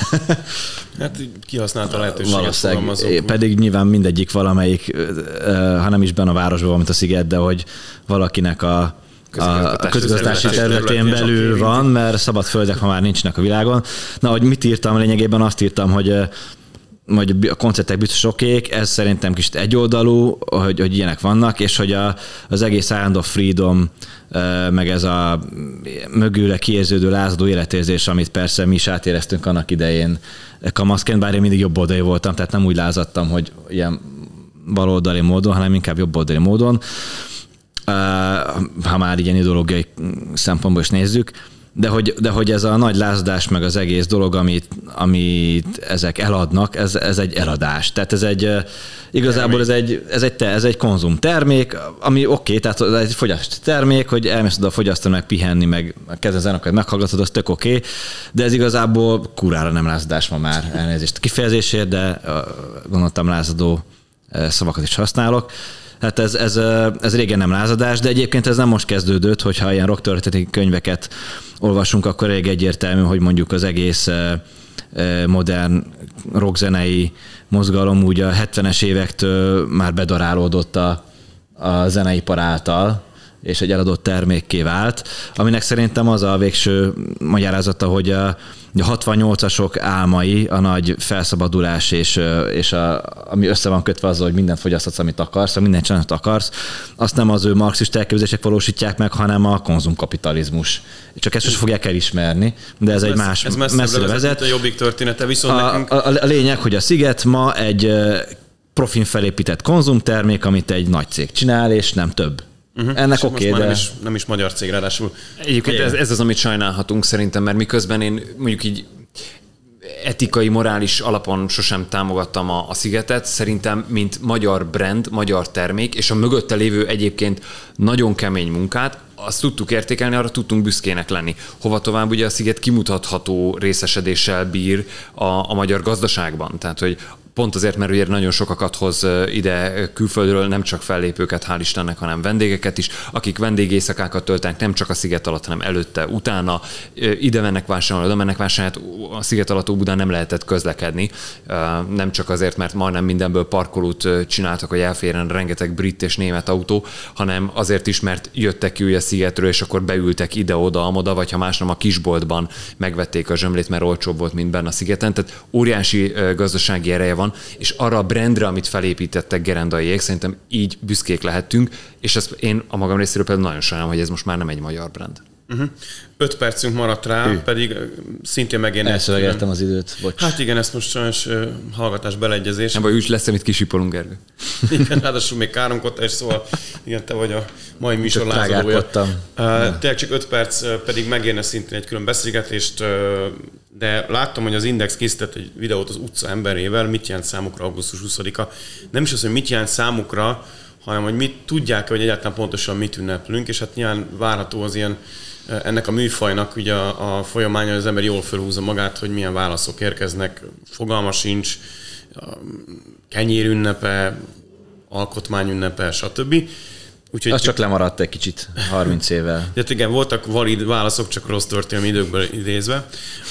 Hát kihasználta a lehetőséget. Pedig nyilván mindegyik valamelyik, ha nem is benne a városban, mint a Sziget, de hogy valakinek a a közigazgatási területén belül van, mert szabad földek ma már nincsenek a világon. Na, hogy mit írtam lényegében, azt írtam, hogy hogy a koncertek biztos okék, ez szerintem kicsit egyoldalú, hogy, hogy ilyenek vannak, és hogy a, az egész Island of Freedom, meg ez a mögüle kiérződő lázadó életérzés, amit persze mi is átéreztünk annak idején kamaszként, bár én mindig jobb oldali voltam, tehát nem úgy lázadtam, hogy ilyen baloldali módon, hanem inkább jobb oldali módon, ha már ilyen ideológiai szempontból is nézzük. De hogy, de hogy ez a nagy lázadás, meg az egész dolog, amit, amit ezek eladnak, ez, ez egy eladás. Tehát ez egy, igazából ez egy, ez egy, ez egy konzum termék, ami oké, okay, tehát ez egy fogyasztási termék, hogy elmész oda fogyasztani, meg pihenni, meg kezdve zeneket meghallgatod, az tök oké, okay, de ez igazából kurára nem lázadás ma már, elnézést kifejezésért, de gondoltam lázadó szavakat is használok. Hát ez, ez, ez régen nem lázadás, de egyébként ez nem most kezdődött, hogyha ilyen rocktörténeti könyveket olvasunk, akkor elég egyértelmű, hogy mondjuk az egész modern rockzenei mozgalom úgy a hetvenes évektől már bedarálódott a, a zeneipar által, és egy eladott termékké vált, aminek szerintem az a végső magyarázata, hogy a, a hatvannyolcasok álmai, a nagy felszabadulás, és, és a, ami össze van kötve azzal, hogy mindent fogyasztatsz, amit akarsz, vagy mindent csinálsz, akarsz, azt nem az ő marxista elképzelések valósítják meg, hanem a konzumkapitalizmus. Csak ezt sem fogják elismerni, de ez, ez egy messz, más ez messzire vezet. A Jobbik története viszont a, nekünk... A, a, a lényeg, hogy a Sziget ma egy profin felépített konzumtermék, amit egy nagy cég csinál, és nem több. Uh-huh. Ennek oké, okay, de... Nem is, nem is magyar cég, ráadásul. Egyébként ez, ez az, amit sajnálhatunk szerintem, mert miközben én mondjuk így etikai, morális alapon sosem támogattam a, a Szigetet, szerintem mint magyar brand, magyar termék, és a mögötte lévő egyébként nagyon kemény munkát, azt tudtuk értékelni, arra tudtunk büszkének lenni. Hova tovább ugye a Sziget kimutatható részesedéssel bír a, a magyar gazdaságban. Tehát, hogy pont azért, mert ugye nagyon sokakat hoz ide külföldről, nem csak fellépőket, hál' Istennek, hanem vendégeket is, akik vendégészakákat töltenek nem csak a Sziget alatt, hanem előtte, utána ide mennek vásárolni, oda mennek vásárolni, a Sziget alatt Óbudán nem lehetett közlekedni, nem csak azért, mert majdnem mindenből parkolót csináltak, hogy elférjen rengeteg brit és német autó, hanem azért is, mert jöttek ki ugye a Szigetről, és akkor beültek ide-oda, amoda, vagy ha más nem a kisboltban megvették a zsömlét, mert olcsóbb volt, mint benne a Szigeten. Tehát óriási gazdasági ereje van, és arra a brandre, amit felépítettek gerendaiék, szerintem így büszkék lehettünk, és ezt én a magam részéről például nagyon sajnálom, hogy ez most már nem egy magyar brand. Uh-huh. Öt percünk maradt rá, Hű. pedig szintén megérne. Elszövegeltem az időt, bocs. Hát igen, ezt most sajnos uh, hallgatás beleegyezés. Nem baj, úgy lesz, amit kisipolunk, Gergő. Igen, ráadásul még káromkodtál, szóval igen, te vagy a mai műsor lázadója. Uh, tényleg csak öt perc, uh, pedig megérne szintén egy külön beszélgetést, uh, de láttam, hogy az Index készített egy videót az utca emberével, mit jelent számukra augusztus huszadika. Nem is az, hogy mit jelent számukra, hanem hogy mit tudják, hogy egyáltalán pontosan mit ünneplünk, és hát nyilván várható az ilyen ennek a műfajnak ugye a, a folyamánya, hogy az ember jól felhúzza magát, hogy milyen válaszok érkeznek, fogalma sincs, kenyérünnepe, alkotmányünnepe, stb. Úgyhogy az csak lemaradt egy kicsit harminc évvel. Tehát igen, voltak valid válaszok, csak rossz történelmi időkből idézve.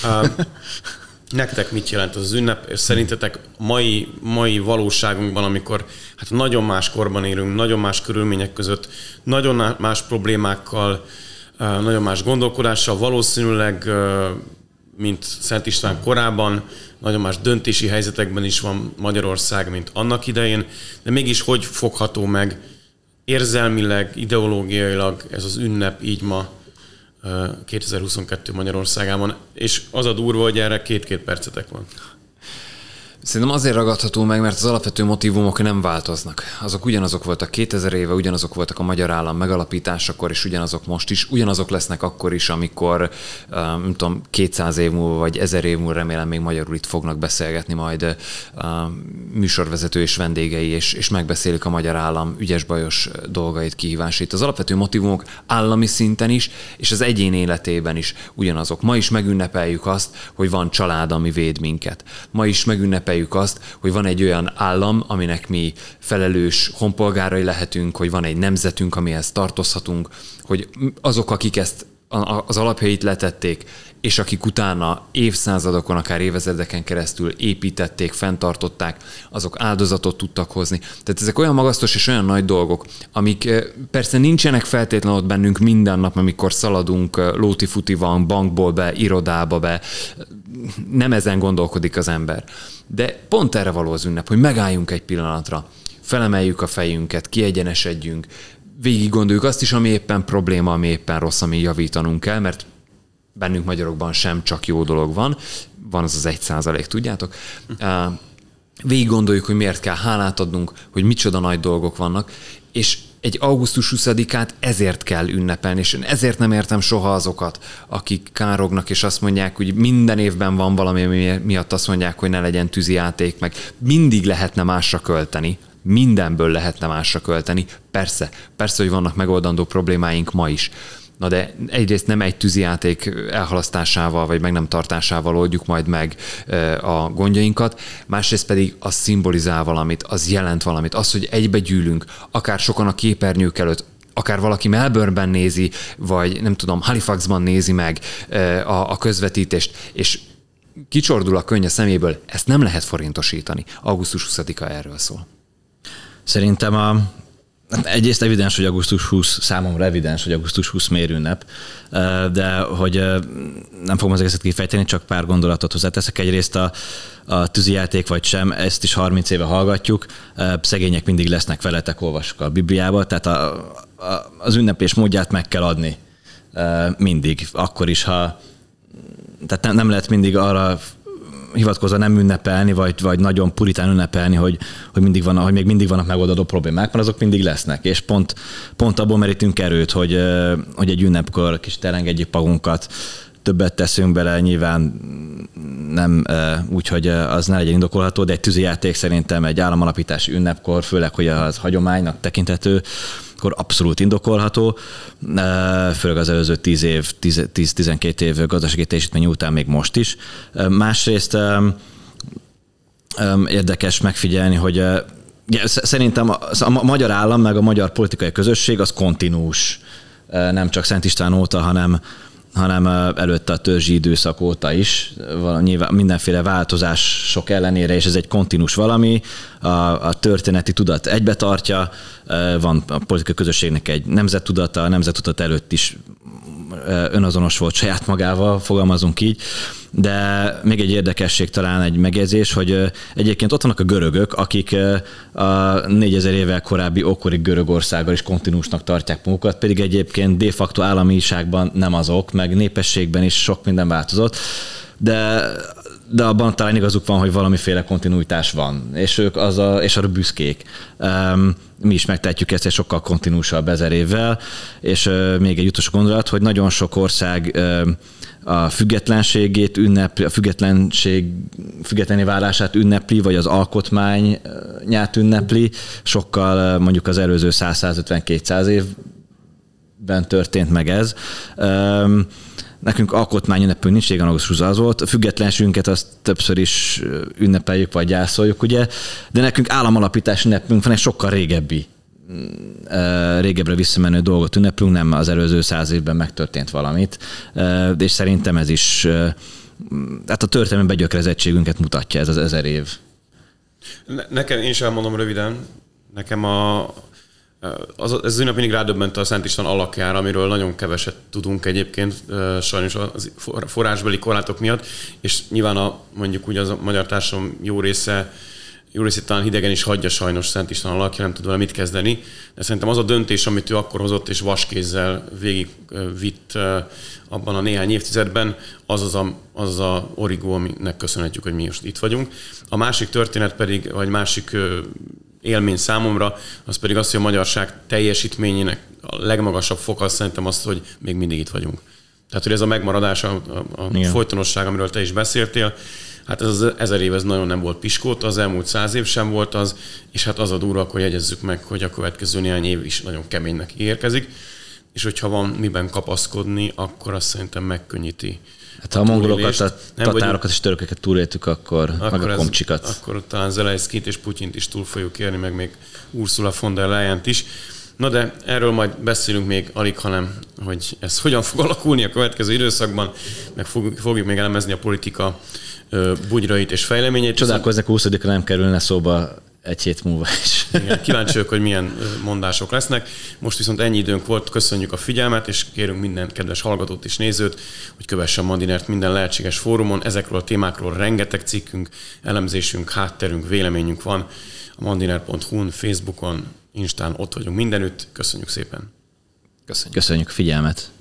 Nektek mit jelent az, az ünnep, és szerintetek mai, mai valóságunkban, amikor hát nagyon más korban élünk, nagyon más körülmények között, nagyon más problémákkal, nagyon más gondolkodással, valószínűleg, mint Szent István korában, nagyon más döntési helyzetekben is van Magyarország, mint annak idején, de mégis hogy fogható meg érzelmileg, ideológiailag ez az ünnep így ma kétezer-huszonkettő Magyarországában, és az a durva, hogy erre két-két percetek van. Szerintem azért ragadható meg, mert az alapvető motívumok nem változnak. Azok ugyanazok voltak kétezer éve, ugyanazok voltak a magyar állam megalapításakor, és ugyanazok most is, ugyanazok lesznek akkor is, amikor nem tudom, kétszáz év múlva, vagy ezer év múlva remélem még magyarul itt fognak beszélgetni majd a műsorvezető és vendégei, és, és megbeszélik a magyar állam ügyes-bajos dolgait, kihívásait. Az alapvető motívumok állami szinten is, és az egyén életében is ugyanazok. Ma is megünnepeljük azt, hogy van család, ami véd minket. Ma is megünnepeljük azt, hogy van egy olyan állam, aminek mi felelős honpolgárai lehetünk, hogy van egy nemzetünk, amihez tartozhatunk, hogy azok, akik ezt az alapjait letették, és akik utána évszázadokon, akár évezredeken keresztül építették, fenntartották, azok áldozatot tudtak hozni. Tehát ezek olyan magasztos és olyan nagy dolgok, amik persze nincsenek feltétlenül ott bennünk minden nap, amikor szaladunk lóti-futi van, bankból be, irodába be, nem ezen gondolkodik az ember. De pont erre való az ünnep, hogy megálljunk egy pillanatra, felemeljük a fejünket, kiegyenesedjünk, végig gondoljuk azt is, ami éppen probléma, ami éppen rossz, ami javítanunk kell, mert bennünk magyarokban sem csak jó dolog van, van az az egy százalék, tudjátok. Végig gondoljuk, hogy miért kell hálát adnunk, hogy micsoda nagy dolgok vannak, és egy augusztus huszadikát ezért kell ünnepelni, és ezért nem értem soha azokat, akik kárognak, és azt mondják, hogy minden évben van valami, miatt azt mondják, hogy ne legyen tűzijáték, meg mindig lehetne másra költeni, mindenből lehetne másra költeni. Persze, persze, hogy vannak megoldandó problémáink ma is. Na de egyrészt nem egy tűzijáték elhalasztásával, vagy meg nem tartásával oldjuk majd meg a gondjainkat, másrészt pedig az szimbolizál valamit, az jelent valamit. Az, hogy egybe gyűlünk, akár sokan a képernyők előtt, akár valaki Melbourneben nézi, vagy nem tudom, Halifaxban nézi meg a, a közvetítést, és kicsordul a könny a szeméből, ezt nem lehet forintosítani. augusztus huszadika erről szól. Szerintem a, egyrészt evidens, hogy augusztus huszadika, számomra evidens, hogy augusztus huszadika miért ünnep, de hogy nem fogom az egészet kifejteni, csak pár gondolatot hozzáteszek. Egyrészt a, a tűzijáték vagy sem, ezt is harminc éve hallgatjuk, szegények mindig lesznek veletek, olvassuk a Bibliába, tehát a, a, az ünneplés módját meg kell adni mindig, akkor is, ha tehát nem, nem lehet mindig arra hivatkozva nem ünnepelni, vagy, vagy nagyon puritán ünnepelni, hogy, hogy, mindig van, hogy még mindig vannak megoldható problémák, mert azok mindig lesznek. És pont, pont abból merítünk erőt, hogy, hogy egy ünnepkor kicsit elengedjük magunkat, többet teszünk bele, nyilván nem úgy, hogy az ne legyen indokolható, de egy tűzijáték szerintem egy államalapítási ünnepkor, főleg, hogy az hagyománynak tekinthető, akkor abszolút indokolható, főleg az előző tíz év, tíz-tizenkét év gazdasági teljesítmény után még most is. Másrészt érdekes megfigyelni, hogy szerintem a magyar állam meg a magyar politikai közösség az kontinús, nem csak Szent István óta, hanem hanem előtte a törzsi időszak óta is, nyilván mindenféle változások ellenére, és ez egy kontinus valami, a, a történeti tudat egybe tartja, van a politikai közösségnek egy nemzettudata, a nemzettudat előtt is önazonos volt saját magával, fogalmazunk így, de még egy érdekesség talán egy megjegyzés, hogy egyébként ott vannak a görögök, akik a négyezer évvel korábbi ókori Görögországgal is kontinúsnak tartják magukat, pedig egyébként de facto államiságban nem azok, meg népességben is sok minden változott, de de abban talán igazuk van, hogy valamiféle kontinuitás van, és ők az a, és arra büszkék. Um, mi is megtehetjük ezt egy sokkal kontinúsabb ezer évvel, és uh, még egy utolsó gondolat, hogy nagyon sok ország uh, a függetlenségét ünnepli, a függetlenség függetleni válását ünnepli, vagy az alkotmányát ünnepli, sokkal uh, mondjuk az előző száz-százötven-kétszáz évben történt meg ez. Um, Nekünk alkotmányünnepünk nincs, régen augusztus az volt. A függetlenségünket azt többször is ünnepeljük, vagy gyászoljuk, ugye? De nekünk államalapítás ünnepünk van, egy sokkal régebbi, régebbre visszamenő dolgot ünneplünk, nem az előző száz évben megtörtént valamit. És szerintem ez is, hát a történelmi begyökerezettségünket mutatja ez az ezer év. Nekem, én is elmondom röviden, nekem a Az, ez az ünnep mindig rádöbbent a Szent István alakjára, amiről nagyon keveset tudunk egyébként, sajnos a forrásbeli korlátok miatt, és nyilván a, mondjuk úgy az a magyar társadalom jó része, jó részét talán hidegen is hagyja sajnos Szent István alakja, nem tud vele mit kezdeni, de szerintem az a döntés, amit ő akkor hozott és vaskézzel végigvitt abban a néhány évtizedben, az az a, az a origó, aminek köszönhetjük, hogy mi most itt vagyunk. A másik történet pedig, vagy másik élmény számomra, az pedig az, hogy a magyarság teljesítményének a legmagasabb foka, az szerintem azt, hogy még mindig itt vagyunk. Tehát, hogy ez a megmaradás, a, a, a folytonosság, amiről te is beszéltél, hát ez az ezer év ez nagyon nem volt piskóta, az elmúlt száz év sem volt az, és hát az a durva, akkor jegyezzük meg, hogy a következő néhány év is nagyon keménynek érkezik, és hogyha van miben kapaszkodni, akkor azt szerintem megkönnyíti. Hát ha a mongolokat, a tatárokat és törököket túléltük, akkor, akkor meg a komcsikat. Ez, akkor talán Zelenszkit és Putyint is túl fogjuk érni, meg még Ursula von der Leyen-t is. Na de erről majd beszélünk még alig, hanem hogy ez hogyan fog alakulni a következő időszakban, meg fogjuk még elemezni a politika bugyrait és fejleményét. Csodálkozzak, huszadikra nem kerülne szóba egy hét múlva is. Igen, kíváncsi vagyok, hogy milyen mondások lesznek. Most viszont ennyi időnk volt, köszönjük a figyelmet, és kérünk minden kedves hallgatót és nézőt, hogy kövesse a Mandinert minden lehetséges fórumon. Ezekről a témákról rengeteg cikkünk, elemzésünk, hátterünk, véleményünk van. A mandiner pont hu-n, Facebookon, Instán ott vagyunk mindenütt. Köszönjük szépen. Köszönjük, Köszönjük a figyelmet.